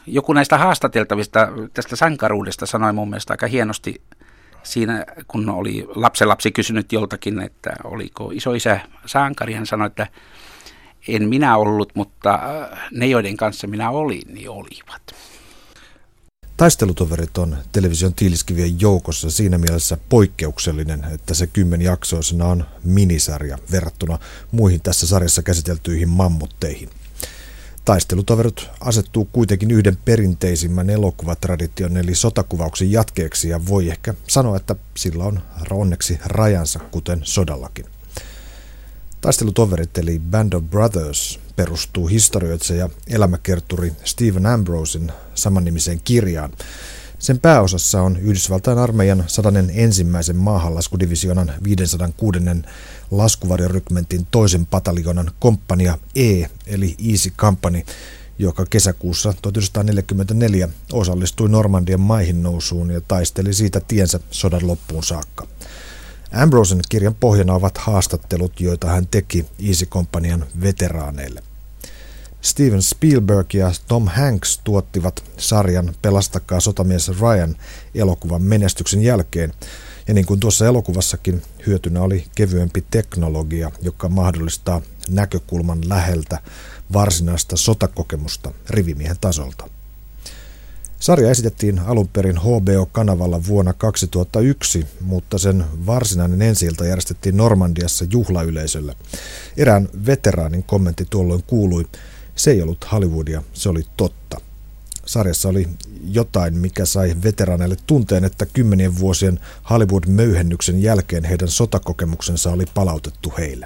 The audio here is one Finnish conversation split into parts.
joku näistä haastateltavista tästä sankaruudesta sanoi mun mielestä aika hienosti siinä, kun oli lapsenlapsi kysynyt joltakin, että oliko isoisä sankari. Hän sanoi, että en minä ollut, mutta ne, joiden kanssa minä olin, niin olivat. Taistelutoverit on television tiiliskivien joukossa siinä mielessä poikkeuksellinen, että se 10-jaksoisena on minisarja verrattuna muihin tässä sarjassa käsiteltyihin mammutteihin. Taistelutoverit asettuu kuitenkin yhden perinteisimmän elokuvatradition eli sotakuvauksen jatkeeksi ja voi ehkä sanoa, että sillä on onneksi rajansa, kuten sodallakin. Taistelutoverit eli Band of Brothers perustuu historioitsija elämäkerturi Stephen Ambrosen samannimiseen kirjaan. Sen pääosassa on Yhdysvaltain armeijan 101. maahanlaskudivisionan 506. laskuvarjorykmentin 2. pataljonan komppania E eli Easy Company, joka kesäkuussa 1944 osallistui Normandian maihin nousuun ja taisteli siitä tiensä sodan loppuun saakka. Ambrosen kirjan pohjana ovat haastattelut, joita hän teki Easy Companyan veteraaneille. Steven Spielberg ja Tom Hanks tuottivat sarjan Pelastakaa sotamies Ryan elokuvan menestyksen jälkeen, ja niin kuin tuossa elokuvassakin hyötynä oli kevyempi teknologia, joka mahdollistaa näkökulman läheltä varsinaista sotakokemusta rivimiehen tasolta. Sarja esitettiin alun perin HBO-kanavalla vuonna 2001, mutta sen varsinainen ensi-ilta järjestettiin Normandiassa juhlayleisölle. Erään veteraanin kommentti tuolloin kuului: "Se ei ollut Hollywoodia, se oli totta." Sarjassa oli jotain, mikä sai veteraaneille tunteen, että 10 vuosien Hollywood-möyhennyksen jälkeen heidän sotakokemuksensa oli palautettu heille.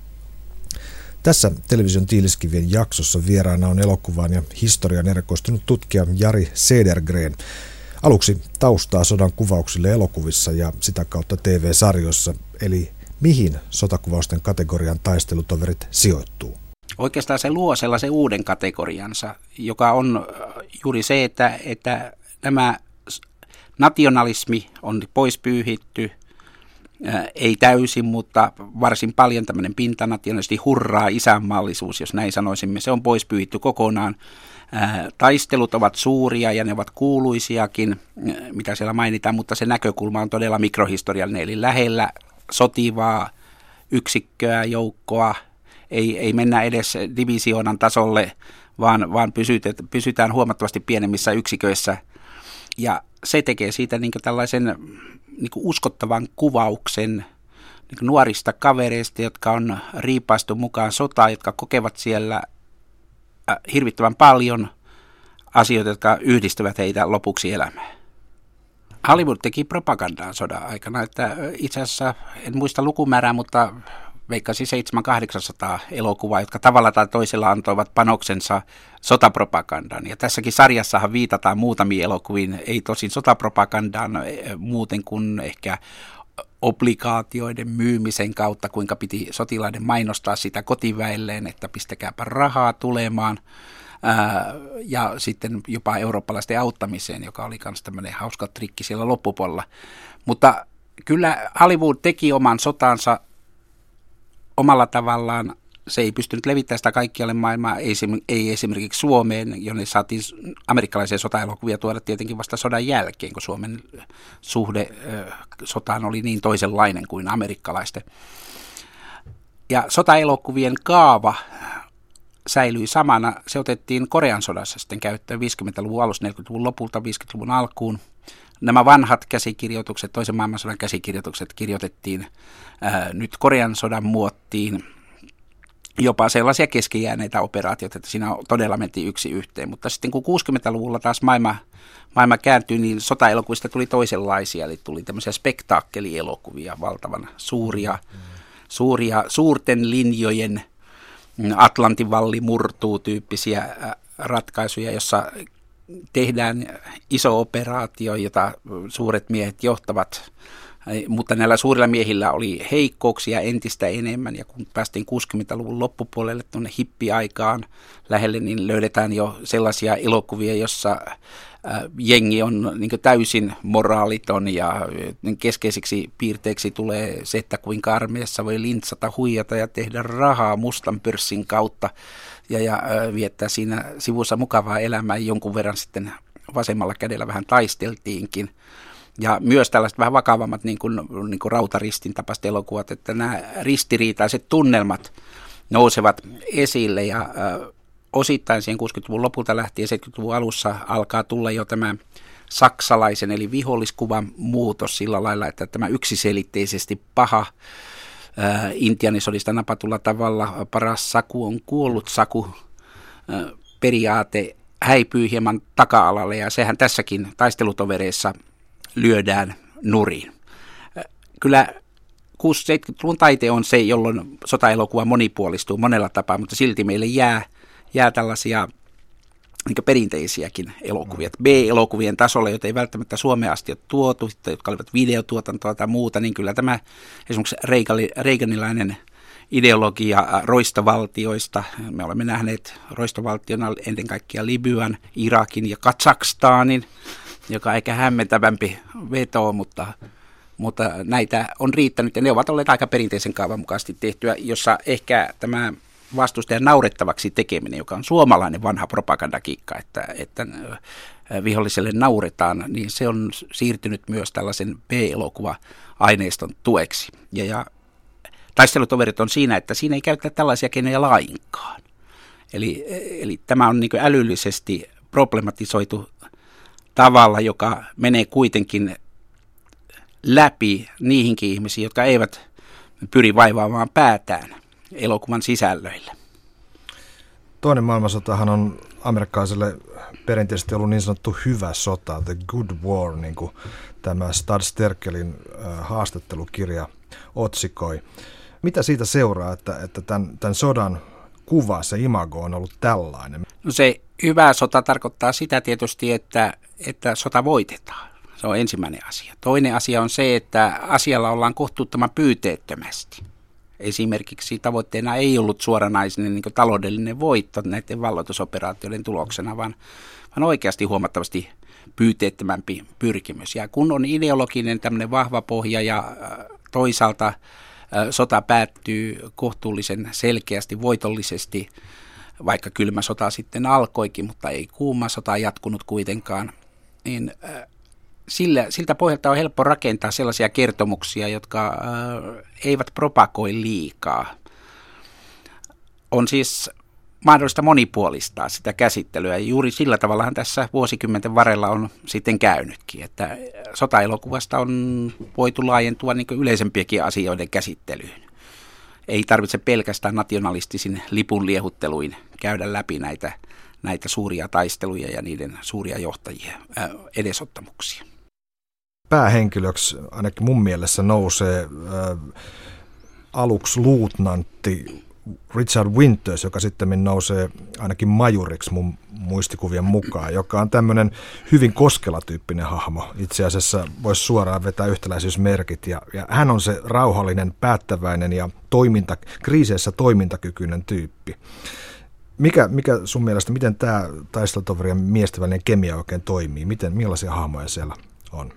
Tässä television tiiliskivien jaksossa vieraana on elokuvaan ja historian erikoistunut tutkija Jari Cedergren. Aluksi taustaa sodan kuvauksille elokuvissa ja sitä kautta TV-sarjoissa, eli mihin sotakuvausten kategorian taistelutoverit sijoittuu? Oikeastaan se luo sellaisen uuden kategoriansa, joka on juuri se, että nämä nationalismi on pois pyyhitty, ei täysin, mutta varsin paljon tämmöinen pintanationalisti, hurraa, isänmaallisuus, jos näin sanoisimme, se on pois pyyhitty kokonaan. Taistelut ovat suuria ja ne ovat kuuluisiakin, mitä siellä mainitaan, mutta se näkökulma on todella mikrohistoriallinen, eli lähellä sotivaa yksikköä, joukkoa, ei mennä edes divisioonan tasolle, vaan pysytään huomattavasti pienemmissä yksiköissä. Ja se tekee siitä niin kuin tällaisen niin kuin uskottavan kuvauksen niin kuin nuorista kavereista, jotka on riipaistu mukaan sotaan, jotka kokevat siellä hirvittävän paljon asioita, jotka yhdistävät heitä lopuksi elämään. Hollywood teki propagandaa sodan aikana, että itse asiassa en muista lukumäärää, mutta veikkasi 700-800 elokuvaa, jotka tavalla tai toisella antoivat panoksensa sotapropagandaan. Ja tässäkin sarjassahan viitataan muutamiin elokuviin, ei tosin sotapropagandaan muuten kuin ehkä obligaatioiden myymisen kautta, kuinka piti sotilaiden mainostaa sitä kotiväelleen, että pistäkääpä rahaa tulemaan. Ja sitten jopa eurooppalaisten auttamiseen, joka oli myös tämmöinen hauska trikki siellä loppupuolella. Mutta kyllä Hollywood teki oman sotansa omalla tavallaan. Se ei pystynyt levittämään sitä kaikkialle maailmaa, ei esimerkiksi Suomeen, jonne saatiin amerikkalaisia sotaelokuvia tuoda tietenkin vasta sodan jälkeen, kun Suomen suhde sotaan oli niin toisenlainen kuin amerikkalaisten. Ja sotaelokuvien kaava säilyi samana. Se otettiin Korean sodassa sitten käyttöön 50-luvun alussa, 40-luvun lopulta, 50-luvun alkuun. Nämä vanhat käsikirjoitukset, toisen maailmansodan käsikirjoitukset kirjoitettiin nyt Korean sodan muottiin. Jopa sellaisia keskijääneitä operaatioita, että siinä todella mentiin yksi yhteen. Mutta sitten kun 60-luvulla taas maailma kääntyi, niin sotaelokuvista tuli toisenlaisia. Eli tuli tämmöisiä spektaakkelieelokuvia, valtavan suurten linjojen Atlantin valli murtuu -tyyppisiä ratkaisuja, jossa tehdään iso operaatio, jota suuret miehet johtavat, mutta näillä suurilla miehillä oli heikkouksia entistä enemmän, ja kun päästiin 60-luvun loppupuolelle tuonne hippiaikaan lähelle, niin löydetään jo sellaisia elokuvia, jossa jengi on niin kuin täysin moraaliton, ja keskeisiksi piirteiksi tulee se, että kuinka armeijassa voi lintsata, huijata ja tehdä rahaa mustan pörssin kautta, ja viettää siinä sivussa mukavaa elämää. Jonkun verran sitten vasemmalla kädellä vähän taisteltiinkin. Ja myös tällaiset vähän vakavammat niin kuin Rautaristin tapaiset elokuvat, että nämä ristiriitaiset tunnelmat nousevat esille ja osittain siihen 60-luvun lopulta lähtien 70-luvun alussa alkaa tulla jo tämä saksalaisen eli viholliskuvan muutos sillä lailla, että tämä yksiselitteisesti paha intiaanisodista napatulla tavalla paras saku on kuollut saku periaate häipyy hieman taka-alalle ja sehän tässäkin taistelutovereissa lyödään nurin. Kyllä 60-70-luvun taite on se, jolloin sotaelokuva monipuolistuu monella tapaa, mutta silti meille jää tällaisia niin perinteisiäkin elokuvia. B-elokuvien tasolla, joita ei välttämättä Suomeen asti ole tuotu, jotka olivat videotuotantoa tai muuta, niin kyllä tämä esimerkiksi reaganilainen ideologia roistovaltioista. Me olemme nähneet roistovaltiona ennen kaikkea Libyan, Irakin ja Kazakstanin, joka eikä hämmentävämpi veto, mutta näitä on riittänyt ja ne ovat olleet aika perinteisen kaavan mukaisesti tehtyä, jossa ehkä tämä vastustajan naurettavaksi tekeminen, joka on suomalainen vanha propagandakikka, että viholliselle nauretaan, niin se on siirtynyt myös tällaisen B-elokuva-aineiston tueksi. Ja taistelutoverit on siinä, että siinä ei käytetä tällaisia keinoja lainkaan. Eli tämä on niin kuin älyllisesti problematisoitu tavalla, joka menee kuitenkin läpi niihinkin ihmisiin, jotka eivät pyri vaivaamaan päätään elokuvan sisällöillä. Toinen maailmansotahan on amerikkalaiselle perinteisesti ollut niin sanottu hyvä sota, the good war, niin kuin tämä Stad Sterkelin haastattelukirja otsikoi. Mitä siitä seuraa, että tämän sodan kuva, se imago on ollut tällainen? No se hyvä sota tarkoittaa sitä tietysti, että sota voitetaan. Se on ensimmäinen asia. Toinen asia on se, että asialla ollaan kohtuuttoman pyyteettömästi. Esimerkiksi tavoitteena ei ollut suoranainen niin kuin taloudellinen voitto näiden valloitusoperaatioiden tuloksena, vaan oikeasti huomattavasti pyyteettömämpi pyrkimys. Ja kun on ideologinen tämmöinen vahva pohja ja toisaalta sota päättyy kohtuullisen selkeästi, voitollisesti, vaikka kylmä sota sitten alkoikin, mutta ei kuuma sota jatkunut kuitenkaan, niin siltä pohjalta on helppo rakentaa sellaisia kertomuksia, jotka eivät propagoi liikaa. On siis mahdollista monipuolistaa sitä käsittelyä. Ja juuri sillä tavallahan tässä vuosikymmenten varrella on sitten käynytkin, että sotaelokuvasta on voitu laajentua niin kuin yleisempiäkin asioiden käsittelyyn. Ei tarvitse pelkästään nationalistisin lipun liehutteluin käydä läpi näitä suuria taisteluja ja niiden suuria johtajia edesottamuksia. Päähenkilöksi ainakin mun mielessä nousee aluksi luutnantti Richard Winters, joka sitten nousee ainakin majuriksi mun muistikuvien mukaan, joka on tämmöinen hyvin Koskela-tyyppinen hahmo. Itse asiassa voisi suoraan vetää yhtäläisyysmerkit ja hän on se rauhallinen, päättäväinen ja kriiseissä toimintakykyinen tyyppi. Mikä sun mielestä, miten tämä taistelutoverien miesten välinen kemia oikein toimii? Millaisia hahmoja siellä on?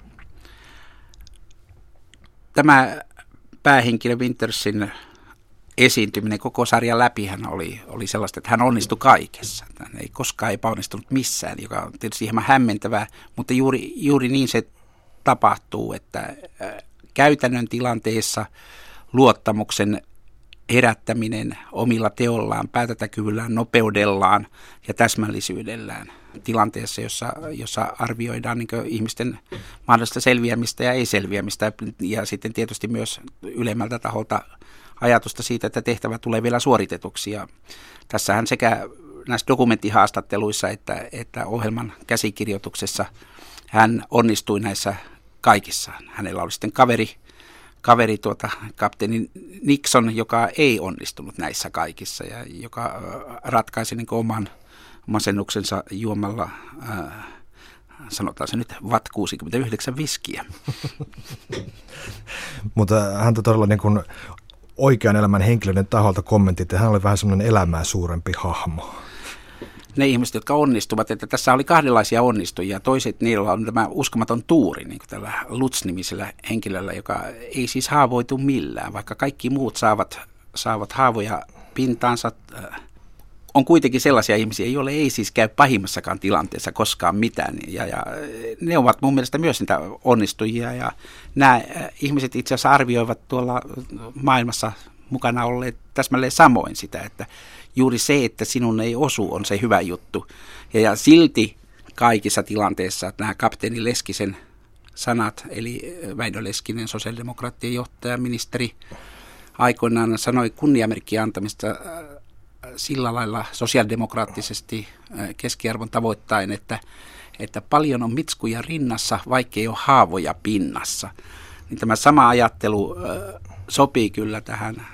Tämä päähenkilö Wintersin esiintyminen koko sarjan läpi hän oli sellaista, että hän onnistui kaikessa. Hän ei koskaan epäonnistunut missään, joka on tietysti hieman hämmentävää, mutta juuri niin se tapahtuu, että käytännön tilanteessa luottamuksen herättäminen omilla teollaan, päätäntäkyvyllään, nopeudellaan ja täsmällisyydellään tilanteessa, jossa arvioidaan niin kuin ihmisten mahdollista selviämistä ja ei-selviämistä ja sitten tietysti myös ylemmältä taholta ajatusta siitä, että tehtävä tulee vielä suoritetuksi. Ja tässähän sekä näissä dokumenttihaastatteluissa että ohjelman käsikirjoituksessa hän onnistui näissä kaikissa. Hänellä oli sitten kaveri kapteeni Nixon, joka ei onnistunut näissä kaikissa ja joka ratkaisi niin kuin oman masennuksensa juomalla, sanotaan se nyt, VAT 69 viskiä. Mutta häntä todella niin kuin oikean elämän henkilöiden taholta kommentit, että hän oli vähän semmoinen elämää suurempi hahmo. Ne ihmiset, jotka onnistuvat, että tässä oli kahdenlaisia onnistujia. Toiset, niillä on tämä uskomaton tuuri, niin kuin tällä Lutz-nimisellä henkilöllä, joka ei siis haavoitu millään, vaikka kaikki muut saavat haavoja pintaansa, on kuitenkin sellaisia ihmisiä, joille ei siis käy pahimmassakaan tilanteessa koskaan mitään. Ja ne ovat mun mielestä myös niitä onnistujia. Ja nämä ihmiset itse asiassa arvioivat tuolla maailmassa mukana olleet täsmälleen samoin sitä, että juuri se, että sinun ei osu, on se hyvä juttu. Ja silti kaikissa tilanteissa, että nämä kapteeni Leskisen sanat, eli Väinö Leskinen, sosiaalidemokraattien johtaja, ministeri, aikoinaan sanoi kunniamerkkiä antamista sillä lailla sosiaalidemokraattisesti keskiarvon tavoittain, että paljon on mitskuja rinnassa, vaikkei ole haavoja pinnassa. Niin tämä sama ajattelu sopii kyllä tähän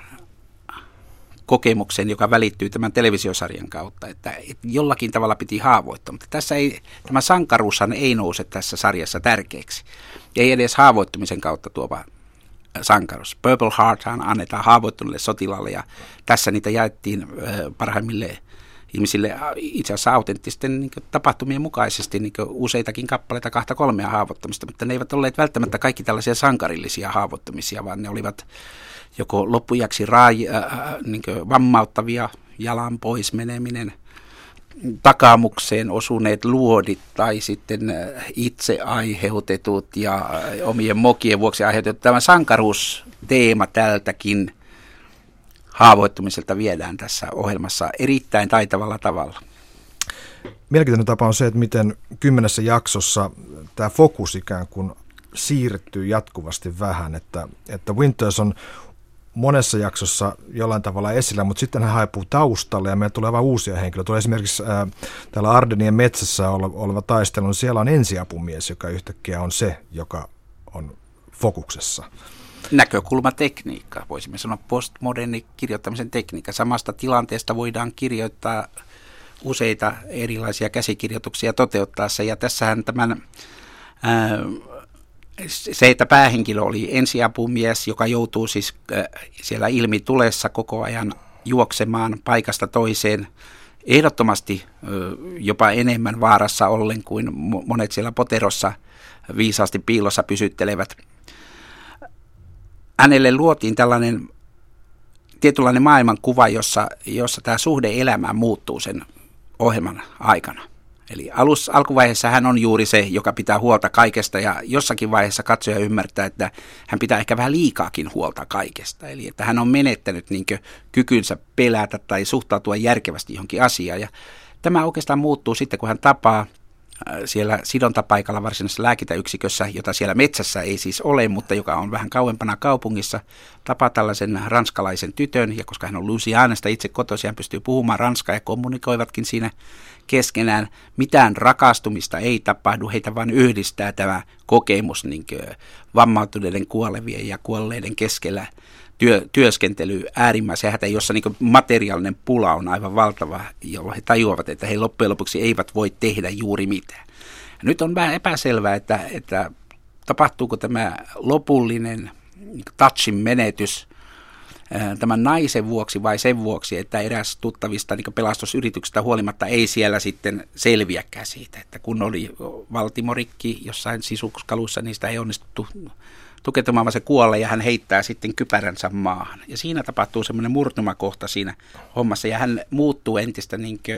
kokemukseen, joka välittyy tämän televisiosarjan kautta, että jollakin tavalla piti haavoittaa, mutta tässä tämä sankaruushan ei nouse tässä sarjassa tärkeäksi. Ei edes haavoittumisen kautta tuova sankaruus. Purple Hearthan annetaan haavoittuneille sotilaille ja tässä niitä jaettiin parhaimmille ihmisille itse asiassa autenttisten niin tapahtumien mukaisesti niin useitakin kappaleita, 2-3 haavoittamista, mutta ne eivät olleet välttämättä kaikki tällaisia sankarillisia haavoittumisia, vaan ne olivat joko loppujaksi niin vammauttavia, jalan pois meneminen, takaamukseen osuneet luodit tai sitten itse aiheutetut ja omien mokien vuoksi aiheutetut. Tämä sankaruusteema tältäkin haavoittumiselta viedään tässä ohjelmassa erittäin taitavalla tavalla. Mielenkiintoinen tapa on se, että miten 10 jaksossa tämä fokus ikään kuin siirtyy jatkuvasti vähän, että Winters on monessa jaksossa jollain tavalla esillä, mutta sitten hän haipuu taustalle ja meillä tulee vain uusia henkilöitä. Tulee esimerkiksi täällä Ardenien metsässä oleva taistelu, niin siellä on ensiapumies, joka yhtäkkiä on se, joka on fokuksessa. Näkökulmatekniikka, voisimme sanoa postmoderni kirjoittamisen tekniikka. Samasta tilanteesta voidaan kirjoittaa useita erilaisia käsikirjoituksia toteuttaessa ja tässähän tämän se, että päähenkilö oli ensiapumies, joka joutuu siis siellä ilmi tulessa koko ajan juoksemaan paikasta toiseen, ehdottomasti jopa enemmän vaarassa ollen kuin monet siellä poterossa viisaasti piilossa pysyttelevät. Hänelle luotiin tällainen tietynlainen maailmankuva, jossa tämä suhde elämään muuttuu sen ohjelman aikana. Eli alkuvaiheessa hän on juuri se, joka pitää huolta kaikesta ja jossakin vaiheessa katsoja ymmärtää, että hän pitää ehkä vähän liikaakin huolta kaikesta. Eli että hän on menettänyt niin kuin kykynsä pelätä tai suhtautua järkevästi johonkin asiaan. Ja tämä oikeastaan muuttuu sitten, kun hän tapaa siellä sidontapaikalla varsinaisessa lääkintäyksikössä, jota siellä metsässä ei siis ole, mutta joka on vähän kauempana kaupungissa, tapaa tällaisen ranskalaisen tytön, ja koska hän on Louisianasta itse kotoisin, hän pystyy puhumaan ranskaa ja kommunikoivat siinä keskenään. Mitään rakastumista ei tapahdu, heitä vaan yhdistää tämä kokemus niin vammautuneiden, kuolevien ja kuolleiden keskellä työskentely äärimmäisen hätä, jossa niin materiaalinen pula on aivan valtava, jolloin he tajuavat, että he loppujen lopuksi eivät voi tehdä juuri mitään. Ja nyt on vähän epäselvää, että tapahtuuko tämä lopullinen touchin menetys tämän naisen vuoksi vai sen vuoksi, että eräs tuttavista niin pelastusyrityksistä huolimatta ei siellä sitten selviäkään siitä, että kun oli valtimorikki jossain sisuskaluissa, niin sitä ei onnistuttu tukeutumaan, vaan se kuolee ja hän heittää sitten kypäränsä maahan. Ja siinä tapahtuu semmoinen murtumakohta siinä hommassa ja hän muuttuu entistä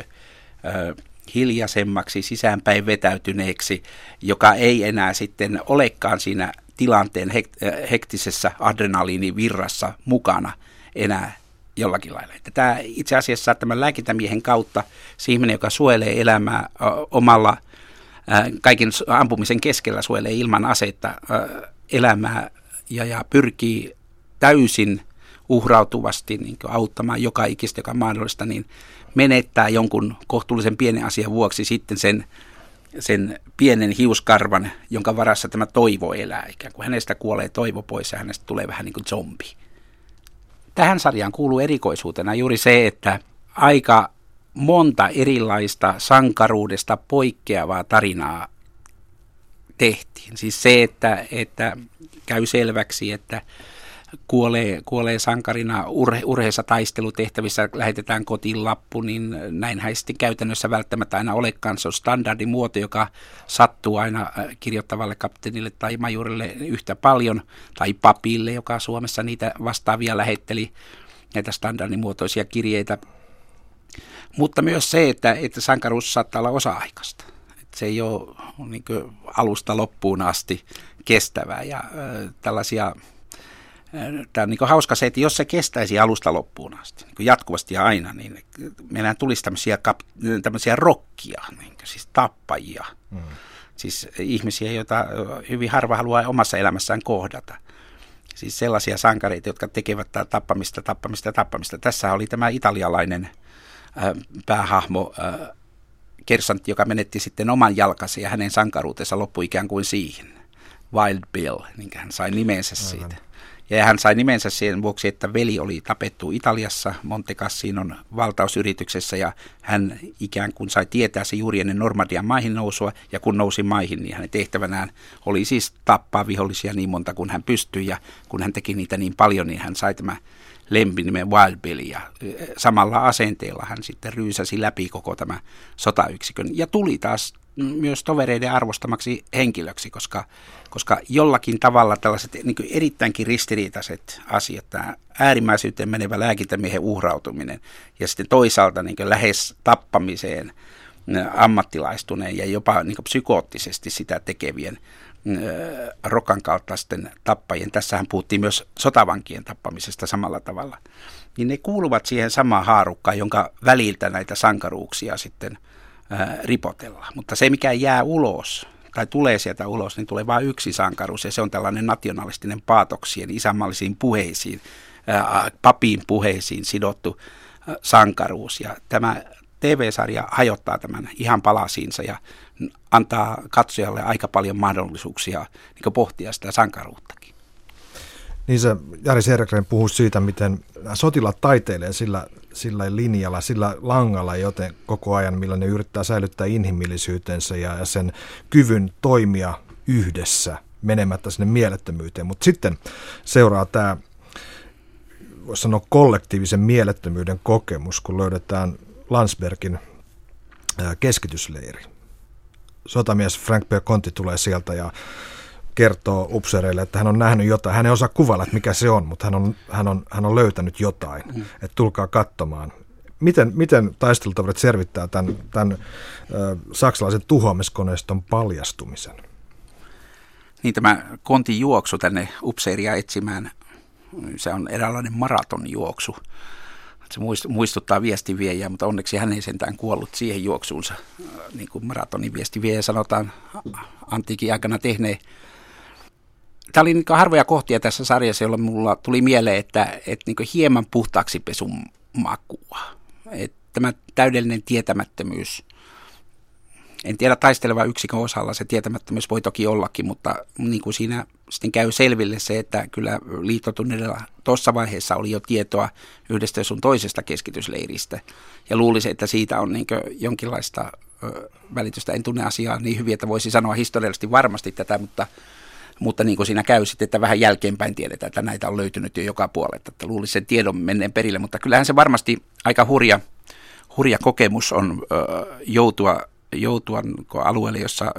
hiljaisemmaksi, sisäänpäin vetäytyneeksi, joka ei enää sitten olekaan siinä tilanteen hektisessä adrenaliinivirrassa mukana enää jollakin lailla. Että tämä itse asiassa tämän lääkintämiehen kautta se ihminen, joka suojelee elämää omalla kaiken ampumisen keskellä, suojelee ilman aseita elämää ja pyrkii täysin uhrautuvasti niin auttamaan joka ikistä, joka on mahdollista, niin menettää jonkun kohtuullisen pienen asian vuoksi sitten sen pienen hiuskarvan, jonka varassa tämä toivo elää. Ikään kuin hänestä kuolee toivo pois ja hänestä tulee vähän niin kuin zombi. Tähän sarjaan kuuluu erikoisuutena juuri se, että aika monta erilaista sankaruudesta poikkeavaa tarinaa tehtiin. Siis se, että käy selväksi, että kuolee sankarina urheissa taistelutehtävissä, lähetetään kotiin lappu, niin näinhän ei sitten käytännössä välttämättä aina olekaan. Se on standardimuoto, joka sattuu aina kirjoittavalle kapteenille tai majurille yhtä paljon, tai papille, joka Suomessa niitä vastaavia lähetteli, näitä standardimuotoisia kirjeitä. Mutta myös se, että sankaruus saattaa olla osa-aikaista. Että se ei ole niin kuin alusta loppuun asti kestävää. Ja tällaisia, tämä on niin kuin hauska se, että jos se kestäisi alusta loppuun asti, niin kuin jatkuvasti ja aina, niin meillä tulisi tämmöisiä rokkia, niin kuin, siis tappajia. Siis ihmisiä, joita hyvin harva haluaa omassa elämässään kohdata. Siis sellaisia sankareita, jotka tekevät tappamista. Tässä oli tämä italialainen päähahmo, kersantti, joka menetti sitten oman jalkansa ja hänen sankaruutensa loppui ikään kuin siihen. Wild Bill, niin hän sai nimensä siitä. Ja hän sai nimensä sen vuoksi, että veli oli tapettu Italiassa Monte Cassinon valtausyrityksessä ja hän ikään kuin sai tietää se juuri ennen Normandian maihin nousua ja kun nousi maihin, niin hänen tehtävänään oli siis tappaa vihollisia niin monta kuin hän pystyi ja kun hän teki niitä niin paljon, niin hän sai tämä lempinimen Wild Bill ja samalla asenteella hän sitten ryysäsi läpi koko tämä sotayksikön ja tuli taas myös tovereiden arvostamaksi henkilöksi, koska jollakin tavalla tällaiset niin kuin erittäinkin ristiriitaiset asiat, tämä äärimmäisyyteen menevä lääkintämiehen uhrautuminen ja sitten toisaalta niin kuin lähes tappamiseen ammattilaistuneen ja jopa niin kuin psykoottisesti sitä tekevien rokan kaltaisten tappajien, tässähän puhuttiin myös sotavankien tappamisesta samalla tavalla, niin ne kuuluvat siihen samaan haarukkaan, jonka väliltä näitä sankaruuksia sitten ripotellaan. Mutta se, mikä jää ulos tai tulee sieltä ulos, niin tulee vain yksi sankaruus ja se on tällainen nationalistinen paatoksien, isänmaallisiin puheisiin, papin puheisiin sidottu sankaruus. Ja tämä TV-sarja hajottaa tämän ihan palasiinsa ja antaa katsojalle aika paljon mahdollisuuksia niin pohtia sitä sankaruuttakin. Niin se Jari Seeregren puhuu siitä, miten sotilaat taiteilee sillä linjalla, sillä langalla joten koko ajan, millä ne yrittää säilyttää inhimillisyytensä ja sen kyvyn toimia yhdessä menemättä sinne mielettömyyteen. Mutta sitten seuraa tämä, voisi sanoa, kollektiivisen mielettömyyden kokemus, kun löydetään Landsbergin keskitysleiri. Sotamies Frank Conti tulee sieltä ja kertoo upseereille, että hän on nähnyt jotain. Hän ei osaa kuvailla, että mikä se on, mutta hän on löytänyt jotain, että tulkaa katsomaan. Miten taistelutoverit selvittää tämän saksalaisen tuhoamiskoneiston paljastumisen? Niin tämä Contin juoksu tänne upseeria etsimään, se on eräänlainen maratonjuoksu. Se muistuttaa viestinviejää, mutta onneksi hän ei sentään kuollut siihen juoksuunsa, niin kuin maratonin viestinviejä sanotaan antiikin aikana tehneen. Tämä oli niin harvoja kohtia tässä sarjassa, jolloin mulla tuli mieleen, että niin hieman puhtaaksi pesun makua. Että tämä täydellinen tietämättömyys, en tiedä taisteleva yksikön osalla se tietämättömyys voi toki ollakin, mutta niin kuin siinä sitten käy selville se, että kyllä liittotunnilla tuossa vaiheessa oli jo tietoa yhdestä sun toisesta keskitysleiristä. Ja luulisi, että siitä on niin jonkinlaista välitystä. En tunne asiaa niin hyvin, että voisi sanoa historiallisesti varmasti tätä, mutta niin kuin siinä käy sitten, että vähän jälkeenpäin tiedetään, että näitä on löytynyt jo joka puolelta. Että luulisi sen tiedon menneen perille, mutta kyllähän se varmasti aika hurja kokemus on joutua alueelle, jossa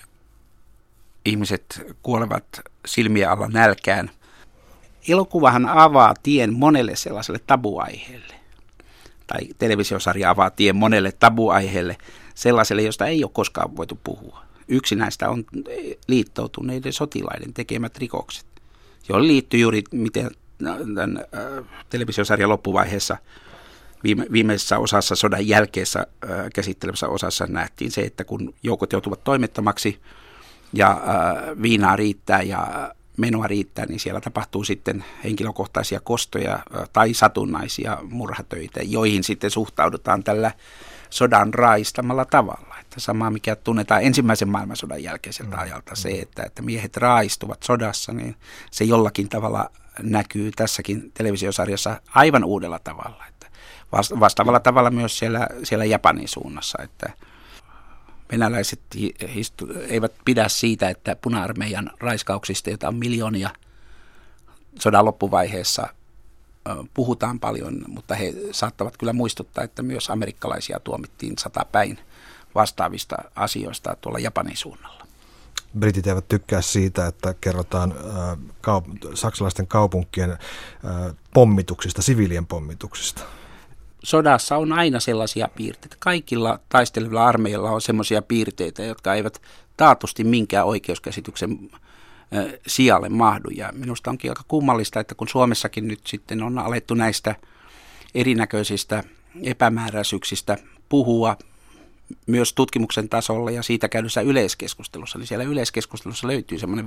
ihmiset kuolevat silmien alla nälkään. Elokuvahan avaa tien monelle sellaiselle tabuaiheelle, tai televisiosarja avaa tien monelle tabuaiheelle, sellaiselle, josta ei ole koskaan voitu puhua. Yksi näistä on liittoutuneiden sotilaiden tekemät rikokset, joille liittyy juuri miten tämän televisiosarjan loppuvaiheessa viimeisessä osassa sodan jälkeessä käsittelevässä osassa nähtiin se, että kun joukot joutuvat toimettomaksi ja viinaa riittää ja menoa riittää, niin siellä tapahtuu sitten henkilökohtaisia kostoja tai satunnaisia murhatöitä, joihin sitten suhtaudutaan tällä sodan raistamalla tavalla. Että sama, mikä tunnetaan ensimmäisen maailmansodan jälkeiseltä ajalta, se, että miehet raistuvat sodassa, niin se jollakin tavalla näkyy tässäkin televisiosarjassa aivan uudella tavalla. Että vastaavalla tavalla myös siellä Japanin suunnassa, että venäläiset eivät pidä siitä, että puna-armeijan raiskauksista, joita on miljoonia sodan loppuvaiheessa, puhutaan paljon, mutta he saattavat kyllä muistuttaa, että myös amerikkalaisia tuomittiin 100 päin vastaavista asioista tuolla Japanin suunnalla. Britit eivät tykkää siitä, että kerrotaan saksalaisten kaupunkien pommituksista, siviilien pommituksista. sodassa on aina sellaisia piirteitä. Kaikilla taistelevilla armeijalla on sellaisia piirteitä, jotka eivät taatusti minkään oikeuskäsityksen sijalle mahdu. Ja minusta onkin aika kummallista, että kun Suomessakin nyt sitten on alettu näistä erinäköisistä epämääräisyyksistä puhua myös tutkimuksen tasolla ja siitä käydyssä yleiskeskustelussa, niin siellä yleiskeskustelussa löytyy semmoinen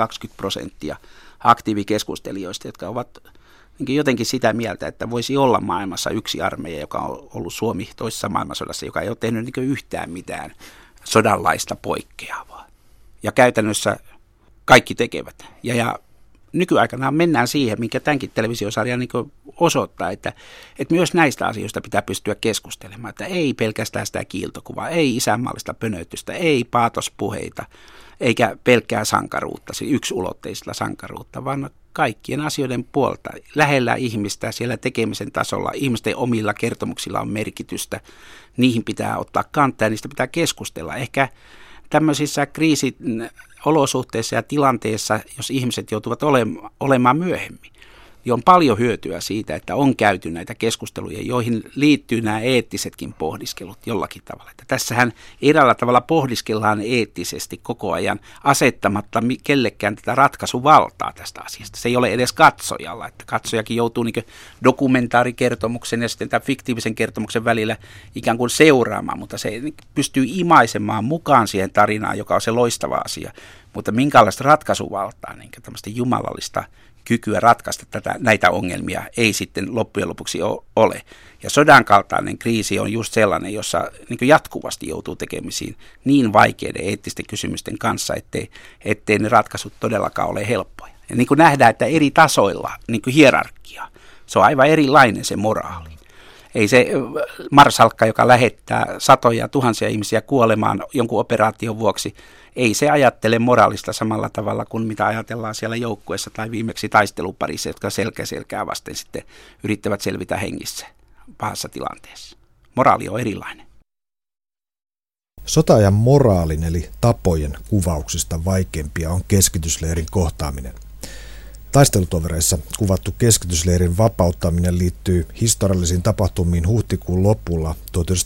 15-20% aktiivikeskustelijoista, jotka ovat jotenkin sitä mieltä, että voisi olla maailmassa yksi armeija, joka on ollut Suomi toisessa maailmansodassa, joka ei ole tehnyt yhtään mitään sodanlaista poikkeavaa. Ja käytännössä kaikki tekevät. Ja nykyaikana mennään siihen, minkä tämänkin televisiosarja osoittaa, että myös näistä asioista pitää pystyä keskustelemaan. Että ei pelkästään sitä kiiltokuvaa, ei isänmaallista pönötystä, ei paatospuheita, eikä pelkkää sankaruutta, yksulotteista sankaruutta, vaan kaikkien asioiden puolta. Lähellä ihmistä, siellä tekemisen tasolla, ihmisten omilla kertomuksilla on merkitystä. Niihin pitää ottaa kantaa ja niistä pitää keskustella. Ehkä tämmöisissä kriisiolosuhteissa ja tilanteissa, jos ihmiset joutuvat olemaan myöhemmin, niin on paljon hyötyä siitä, että on käyty näitä keskusteluja, joihin liittyy nämä eettisetkin pohdiskelut jollakin tavalla. Että tässähän eräällä tavalla pohdiskellaan eettisesti koko ajan asettamatta kellekään tätä ratkaisuvaltaa tästä asiasta. Se ei ole edes katsojalla, että katsojakin joutuu dokumentaarikertomuksen ja sitten tämän fiktiivisen kertomuksen välillä ikään kuin seuraamaan, mutta se pystyy imaisemaan mukaan siihen tarinaan, joka on se loistava asia. Mutta minkälaista ratkaisuvaltaa, niin tämmöistä jumalallista kykyä ratkaista näitä ongelmia ei sitten loppujen lopuksi ole. Ja sodan kaltainen kriisi on just sellainen, jossa jatkuvasti joutuu tekemisiin niin vaikeiden eettisten kysymysten kanssa, ettei ne ratkaisut todellakaan ole helppoja. Ja niin kuin nähdään, että eri tasoilla hierarkia, se on aivan erilainen se moraali. Ei se marsalkka, joka lähettää satoja tuhansia ihmisiä kuolemaan jonkun operaation vuoksi, ei se ajattele moraalista samalla tavalla kuin mitä ajatellaan siellä joukkueessa tai viimeksi taisteluparissa, jotka selkää vasten sitten yrittävät selvitä hengissä pahassa tilanteessa. Moraali on erilainen. Sota-ajan moraalin eli tapojen kuvauksista vaikeimpia on keskitysleirin kohtaaminen. Taistelutovereissa kuvattu keskitysleirin vapauttaminen liittyy historiallisiin tapahtumiin huhtikuun lopulla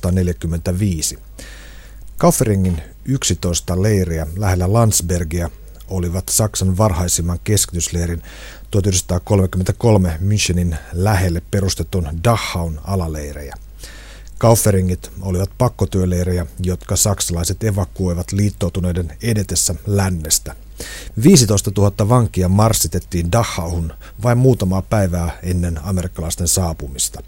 1945. Kauferingin 11 leiriä lähellä Landsbergia olivat Saksan varhaisimman keskitysleirin 1933 Münchenin lähelle perustetun Dachaun alaleirejä. Kauferingit olivat pakkotyöleirejä, jotka saksalaiset evakuoivat liittoutuneiden edetessä lännestä. 15 000 vankia marssitettiin Dachauhun vain muutamaa päivää ennen amerikkalaisten saapumista.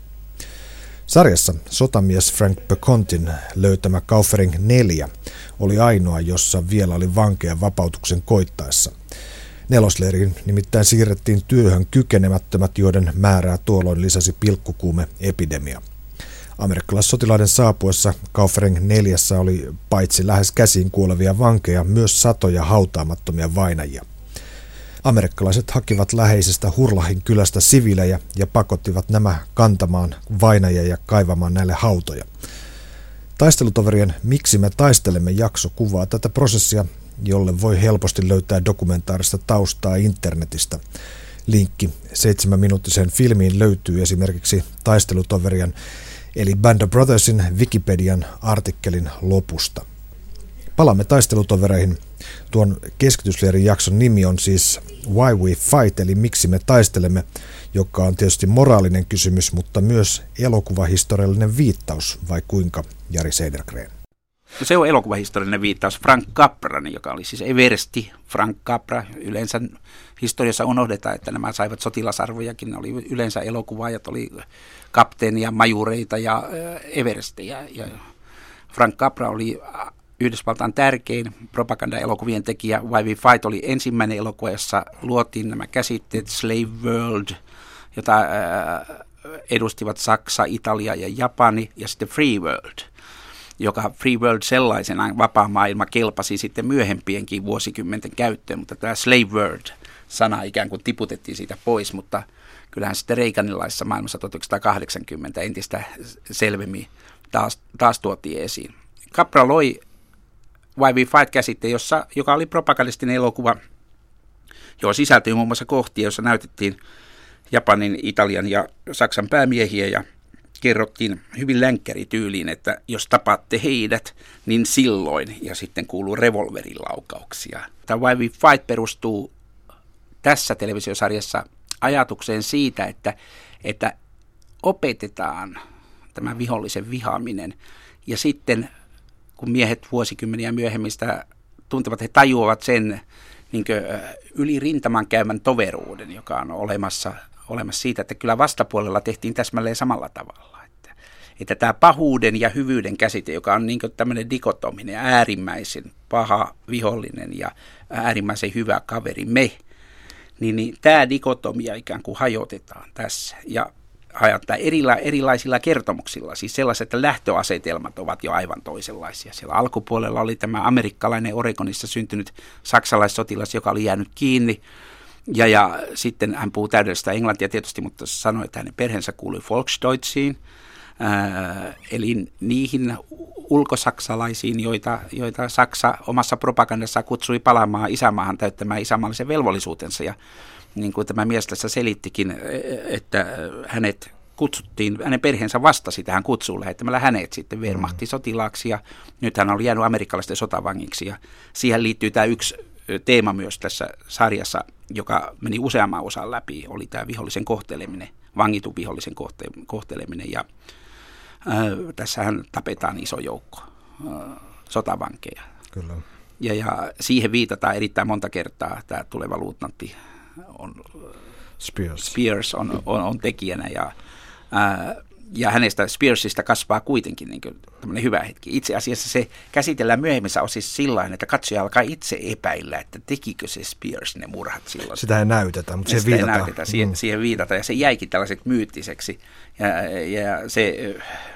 Sarjassa sotamies Frank Pecontin löytämä Kaufering 4 oli ainoa, jossa vielä oli vankeja vapautuksen koittaessa. Nelosleiriin nimittäin siirrettiin työhön kykenemättömät, joiden määrää tuolloin lisäsi pilkkukuume-epidemia. Amerikkalaissotilaiden saapuessa Kaufering 4 oli paitsi lähes käsiin kuolevia vankeja, myös satoja hautaamattomia vainajia. Amerikkalaiset hakivat läheisestä Hurlahin kylästä siviilejä ja pakottivat nämä kantamaan vainajia ja kaivamaan näille hautoja. Taistelutoverien Miksi me taistelemme -jakso kuvaa tätä prosessia, jolle voi helposti löytää dokumentaarista taustaa internetistä. Linkki 7-minuuttiseen filmiin löytyy esimerkiksi taistelutoverien eli Band of Brothersin Wikipedian artikkelin lopusta. Palaamme taistelutovereihin. Tuon keskitysleirin jakson nimi on siis Why We Fight, eli Miksi me taistelemme, joka on tietysti moraalinen kysymys, mutta myös elokuvahistoriallinen viittaus, vai kuinka, Jari Seidergren? No se on elokuvahistoriallinen viittaus Frank Capran, joka oli siis eversti. Frank Capra, yleensä historiassa unohdetaan, että nämä saivat sotilasarvojakin, oli yleensä elokuvaajat, oli kapteenia, majureita ja everstejä. Ja Frank Capra oli Yhdysvaltain tärkein propaganda-elokuvien tekijä. Why We Fight oli ensimmäinen elokuva, jossa luotiin nämä käsitteet Slave World, jota edustivat Saksa, Italia ja Japani, ja sitten Free World, joka Free World sellaisena vapaa maailma kelpasi sitten myöhempienkin vuosikymmenten käyttöön, mutta tämä Slave World-sana ikään kuin tiputettiin siitä pois, mutta kyllähän sitten Reaganilaisessa maailmassa 1980 entistä selvemmin taas tuotiin esiin. Capra loi Why We Fight-käsite, joka oli propagandistinen elokuva, johon sisältyi muun muassa kohtia, jossa näytettiin Japanin, Italian ja Saksan päämiehiä ja kerrottiin hyvin länkkärityyliin, että jos tapaatte heidät, niin silloin, ja sitten kuuluu revolverilaukauksia. Tämä Why We Fight perustuu tässä televisiosarjassa ajatukseen siitä, että opetetaan tämä vihollisen vihaaminen, ja sitten kun miehet vuosikymmeniä myöhemmin sitä tuntevat, he tajuavat sen niin yli rintaman käymän toveruuden, joka on olemassa siitä, että kyllä vastapuolella tehtiin täsmälleen samalla tavalla. Että tämä pahuuden ja hyvyyden käsite, joka on niin tämmöinen dikotominen, äärimmäisen paha vihollinen ja äärimmäisen hyvä kaveri me, niin tämä dikotomia ikään kuin hajotetaan tässä ja hajotetaan erilaisilla kertomuksilla, siis sellaiset, että lähtöasetelmat ovat jo aivan toisenlaisia. Siellä alkupuolella oli tämä amerikkalainen Oregonissa syntynyt saksalaissotilas, joka oli jäänyt kiinni, ja sitten hän puhuu täydellistä englantia tietysti, mutta sanoi, että hänen perheensä kuului Volksdeutsiin, eli niihin ulkosaksalaisiin, joita Saksa omassa propagandassa kutsui palaamaan isämaahan täyttämään isänmaallisen velvollisuutensa. Ja niin kuin tämä mies tässä selittikin, että hänet kutsuttiin, hänen perheensä vastasi tähän kutsuun lähettämällä hänet sitten Wehrmachti-sotilaaksi, ja nyt hän oli jäänyt amerikkalaisten sotavangiksi, ja siihen liittyy tämä yksi teema myös tässä sarjassa, joka meni useamman osan läpi, oli tämä vihollisen kohteleminen, vangitun vihollisen kohteleminen, ja tässähän tapetaan iso joukko sotavankeja. Kyllä. Ja siihen viitataan erittäin monta kertaa, tämä tuleva luutnantti on Spears on tekijänä, ja hänestä Spearsista kasvaa kuitenkin niin tämmöinen hyvä hetki. Itse asiassa se käsitellään myöhemmissä osissa sillain, että katsoja alkaa itse epäillä, että tekikö se Spears ne murhat silloin. Sitä ei näytetä, mutta siihen viitataan, ja se jäikin tällaiseksi myyttiseksi. Ja se,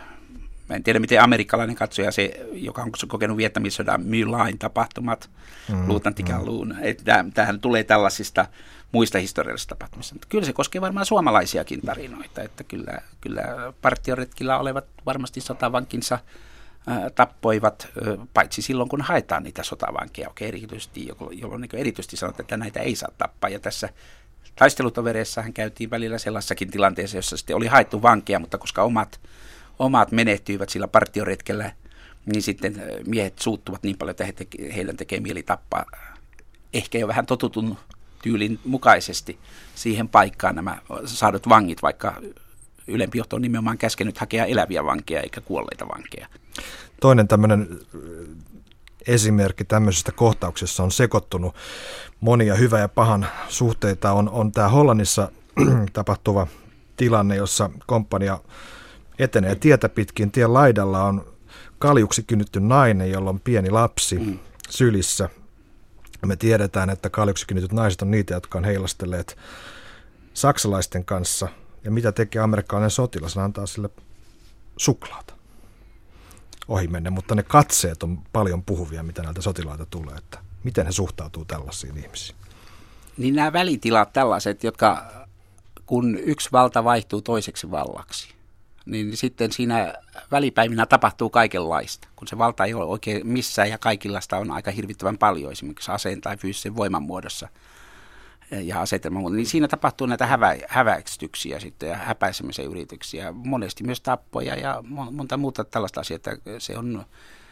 mä en tiedä miten amerikkalainen katsoja, se, joka on kokenut Vietnamin-sodan My Lain tapahtumat, luutnantti Calhoun, että tämähän tulee tällaisista muista historiallisista tapahtumista. Mutta kyllä se koskee varmaan suomalaisiakin tarinoita, että kyllä partioretkillä olevat varmasti sotavankinsa tappoivat, paitsi silloin kun haetaan niitä sotavankeja, erityisesti, jolloin niin erityisesti sanotaan, että näitä ei saa tappaa. Ja tässä taistelutovereissahan käytiin välillä sellaisessakin tilanteessa, jossa sitten oli haettu vankeja, mutta koska omat menehtyivät sillä partioretkellä, niin sitten miehet suuttuvat niin paljon, että heidän tekee mieli tappaa ehkä jo vähän totutun tyylin mukaisesti siihen paikkaan nämä saadut vangit, vaikka ylempi johto on nimenomaan käskenyt hakea eläviä vankeja eikä kuolleita vankeja. Toinen tämmöinen esimerkki tämmöisestä kohtauksessa on sekoittunut monia hyvän ja pahan suhteita. On tämä Hollannissa tapahtuva tilanne, jossa komppania etenee tietä pitkin. Tien laidalla on kaljuksi kynnytty nainen, jolla on pieni lapsi sylissä. Me tiedetään, että kaljuksi kynnytyt naiset on niitä, jotka on heilastelleet saksalaisten kanssa. Ja mitä tekee amerikkalainen sotilas? Hän antaa sille suklaata ohimennen, mutta ne katseet on paljon puhuvia, mitä näiltä sotilaita tulee. Että miten he suhtautuu tällaisiin ihmisiin? Niin nämä välitilat tällaiset, jotka kun yksi valta vaihtuu toiseksi vallaksi, niin sitten siinä välipäivinä tapahtuu kaikenlaista, kun se valta ei ole oikein missään ja kaikenlaista on aika hirvittävän paljon, esimerkiksi aseen tai fyysisen voiman muodossa ja asetelman muodossa, niin siinä tapahtuu näitä häväistyksiä sitten ja häpäisemisen yrityksiä, monesti myös tappoja ja monta muuta tällaista asiaa, että se on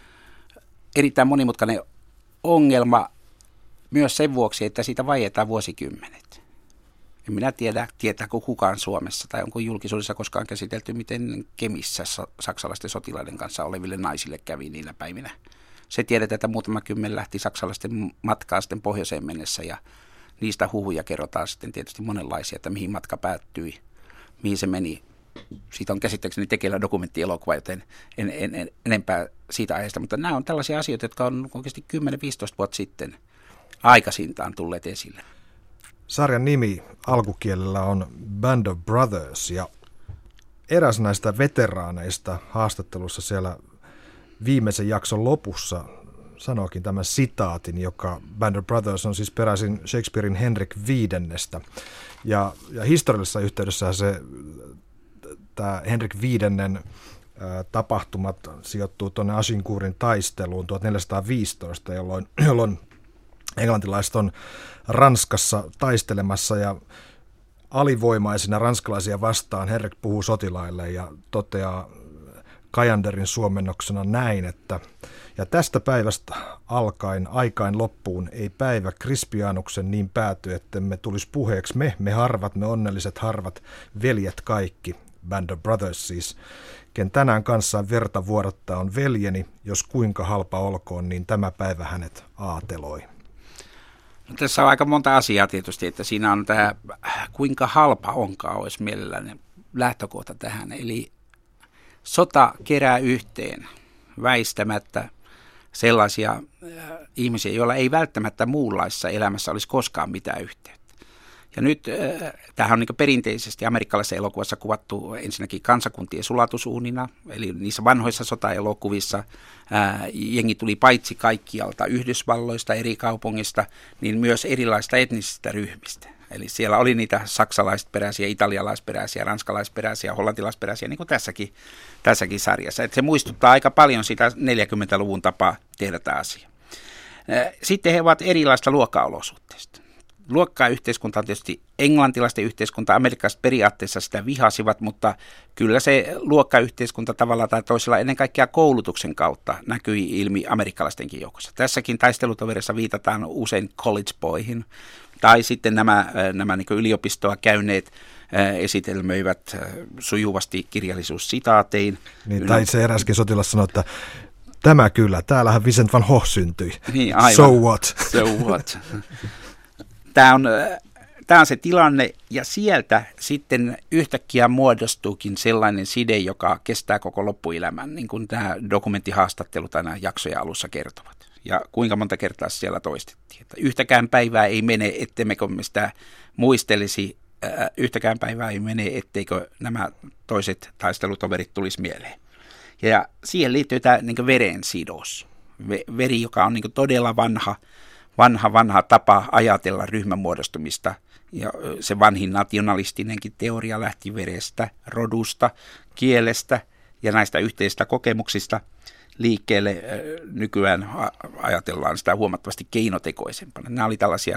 erittäin monimutkainen ongelma myös sen vuoksi, että siitä vaietaan vuosikymmenet. En minä tiedä, tietääkö kukaan Suomessa tai onko julkisuudessa koskaan käsitelty, miten Kemissä saksalaisten sotilaiden kanssa oleville naisille kävi niinä päivinä. Se tiedetään, että muutama kymmen lähti saksalaisten matkaan sitten pohjoiseen mennessä ja niistä huhuja kerrotaan sitten tietysti monenlaisia, että mihin matka päättyi, mihin se meni. Siitä on käsittääkseni tekeillä dokumenttielokuva, joten en enempää siitä aiheesta, mutta nämä on tällaisia asioita, jotka on oikeasti 10-15 vuotta sitten aikaisintaan tulleet esille. Sarjan nimi alkukielellä on Band of Brothers ja eräs näistä veteraaneista haastattelussa siellä viimeisen jakson lopussa sanoikin tämän sitaatin, joka Band of Brothers on siis peräisin Shakespearein Henrik V. Ja historiallisessa yhteydessä tämä Henrik V. tapahtumat sijoittuu tuonne Agincourtin taisteluun 1415, jolloin englantilaiset on Ranskassa taistelemassa ja alivoimaisina ranskalaisia vastaan Henrik puhuu sotilaille ja toteaa Kajanderin suomennoksena näin, että ja tästä päivästä alkaen aikain loppuun ei päivä Krispianuksen niin pääty, ettemme tulisi puheeksi me harvat, me onnelliset harvat, veljet kaikki, Band of Brothers siis, ken tänään kanssaan verta vuodattaa on veljeni, jos kuinka halpa olkoon, niin tämä päivä hänet aateloi. No, tässä on aika monta asiaa tietysti, että siinä on tämä, kuinka halpa onkaan, olisi mielelläni lähtökohta tähän, eli sota kerää yhteen väistämättä sellaisia ihmisiä, joilla ei välttämättä muunlaisessa elämässä olisi koskaan mitään yhteyttä. Ja nyt tämähän on niin perinteisesti amerikkalaisessa elokuvassa kuvattu ensinnäkin kansakuntien sulatusuunina, eli niissä vanhoissa sotaelokuvissa jengi tuli paitsi kaikkialta Yhdysvalloista, eri kaupungista, niin myös erilaisista etnisistä ryhmistä. Eli siellä oli niitä saksalaisperäisiä, italialaisperäisiä, ranskalaisperäisiä, hollantilaisperäisiä, niin kuin tässäkin sarjassa. Että se muistuttaa aika paljon sitä 40-luvun tapaa tehdä tämä asia. Sitten he ovat erilaista luokkaolosuhteista. Luokkayhteiskunta on tietysti englantilaisten yhteiskunta, amerikkalaiset periaatteessa sitä vihasivat, mutta kyllä se luokkayhteiskunta tavalla tai toisella ennen kaikkea koulutuksen kautta näkyi ilmi amerikkalaistenkin joukossa. Tässäkin taistelutoverissa viitataan usein college boyhin, tai sitten nämä niin yliopistoa käyneet esitelmöivät sujuvasti kirjallisuussitaatein. Niin, tai se eräskin sotilas sanoi, että tämä kyllä, täällähän Vincent van Gogh syntyi. Niin, aivan. So what? So what? Tämä on se tilanne, ja sieltä sitten yhtäkkiä muodostuukin sellainen side, joka kestää koko loppuelämän, niin kuin tämä dokumenttihaastattelut aina jaksoja alussa kertovat. Ja kuinka monta kertaa siellä toistettiin. Että yhtäkään päivää ei mene, ettemmekö me sitä muistelisi, yhtäkään päivää ei mene, etteikö nämä toiset taistelutoverit tulisi mieleen. Ja siihen liittyy tämä niin verensidos. Veri, joka on niin todella vanha tapa ajatella ryhmän muodostumista. Ja se vanhin nationalistinenkin teoria lähti verestä, rodusta, kielestä ja näistä yhteisistä kokemuksista liikkeelle. Nykyään ajatellaan sitä huomattavasti keinotekoisempana. Nämä oli tällaisia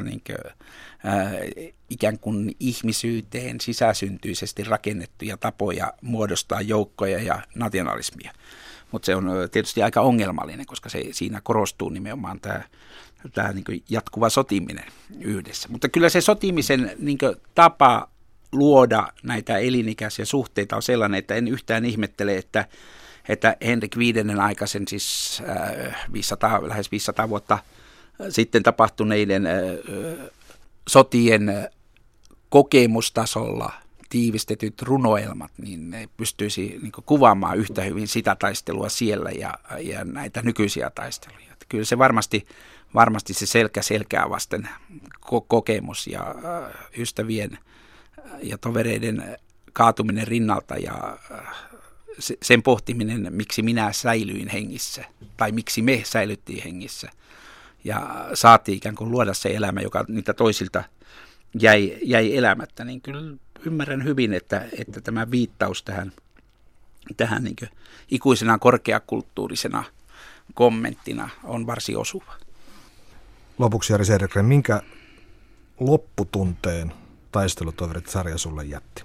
ikään kuin ihmisyyteen sisäsyntyisesti rakennettuja tapoja muodostaa joukkoja ja nationalismia. Mutta se on tietysti aika ongelmallinen, koska siinä korostuu nimenomaan tämä niin jatkuva sotiminen yhdessä. Mutta kyllä se sotimisen niin tapa luoda näitä elinikäisiä suhteita on sellainen, että en yhtään ihmettele, että Henrik V aikaisen, siis lähes 500 vuotta sitten tapahtuneiden sotien kokemustasolla tiivistetyt runoelmat, niin ne pystyisi niin kuvaamaan yhtä hyvin sitä taistelua siellä ja näitä nykyisiä taisteluja. Että kyllä se varmasti se selkää vasten kokemus ja ystävien ja tovereiden kaatuminen rinnalta ja sen pohtiminen, miksi minä säilyin hengissä tai miksi me säilyttiin hengissä ja saatiin ikään kuin luoda se elämä, joka niitä toisilta jäi elämättä, niin kyllä ymmärrän hyvin, että tämä viittaus tähän niin ikuisena korkeakulttuurisena kommenttina on varsin osuva. Lopuksi Jari Cedergren, minkä lopputunteen Taistelutoverit-sarja sulle jätti?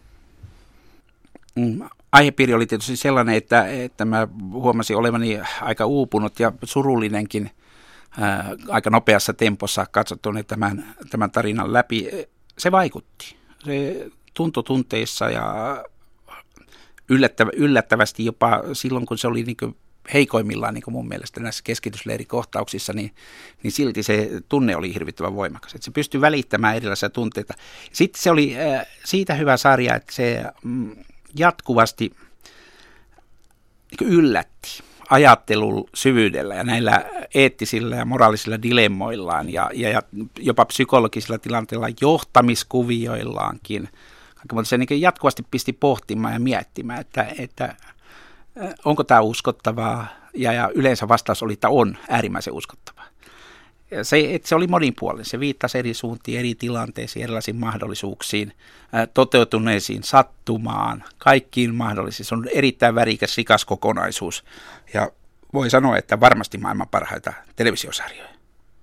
Aihepiiri oli tietysti sellainen, että mä huomasin olevani aika uupunut ja surullinenkin aika nopeassa tempossa katsottuani tämän tarinan läpi. Se vaikutti. Se tuntui tunteissa ja yllättävästi jopa silloin, kun se oli niin kuin heikoimmillaan niin kuin mun mielestä näissä keskitysleirikohtauksissa, niin silti se tunne oli hirvittävän voimakas. Että se pystyi välittämään erilaisia tunteita. Sitten se oli siitä hyvä sarja, että se jatkuvasti niin yllätti ajattelun syvyydellä ja näillä eettisillä ja moraalisilla dilemmoillaan ja jopa psykologisilla tilanteilla, johtamiskuvioillaankin. Mutta se niin jatkuvasti pisti pohtimaan ja miettimään, että onko tämä uskottavaa, ja yleensä vastaus oli, että on äärimmäisen uskottavaa. Se oli monipuolinen, se viittasi eri suuntiin, eri tilanteisiin, erilaisiin mahdollisuuksiin, toteutuneisiin sattumaan, kaikkiin mahdollisiin. Se on erittäin värikäs, rikas kokonaisuus, ja voi sanoa, että varmasti maailman parhaita televisiosarjoja.